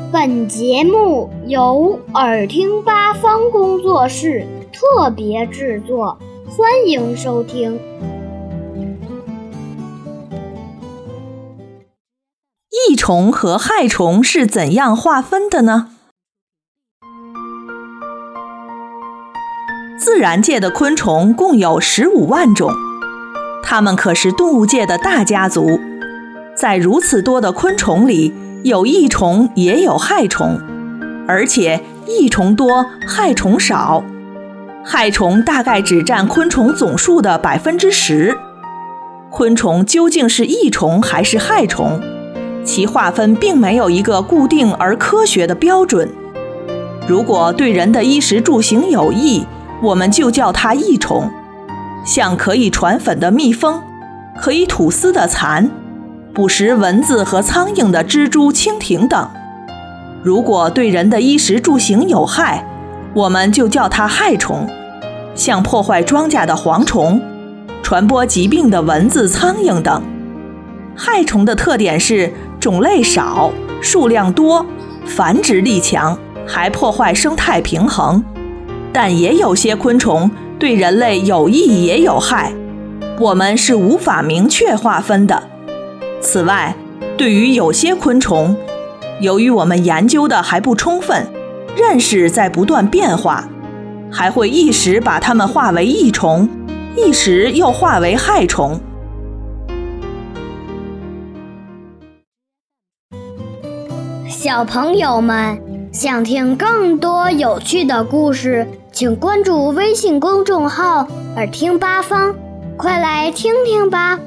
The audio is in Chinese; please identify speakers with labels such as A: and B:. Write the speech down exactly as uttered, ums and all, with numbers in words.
A: 本节目由耳听八方工作室特别制作，欢迎收听。
B: 益虫和害虫是怎样划分的呢？自然界的昆虫共有十五万种，它们可是动物界的大家族。在如此多的昆虫里，有益虫也有害虫，而且益虫多，害虫少。害虫大概只占昆虫总数的百分之十。昆虫究竟是益虫还是害虫？其划分并没有一个固定而科学的标准。如果对人的衣食住行有益，我们就叫它益虫，像可以传粉的蜜蜂，可以吐丝的蚕，捕食蚊子和苍蝇的蜘蛛、蜻蜓等。如果对人的衣食住行有害，我们就叫它害虫，像破坏庄稼的蝗虫，传播疾病的蚊子、苍蝇等。害虫的特点是种类少，数量多，繁殖力强，还破坏生态平衡。但也有些昆虫对人类有益也有害，我们是无法明确划分的。此外，对于有些昆虫，由于我们研究的还不充分，认识在不断变化，还会一时把它们划为益虫，一时又划为害虫。
A: 小朋友们，想听更多有趣的故事，请关注微信公众号“耳听八方”，快来听听吧。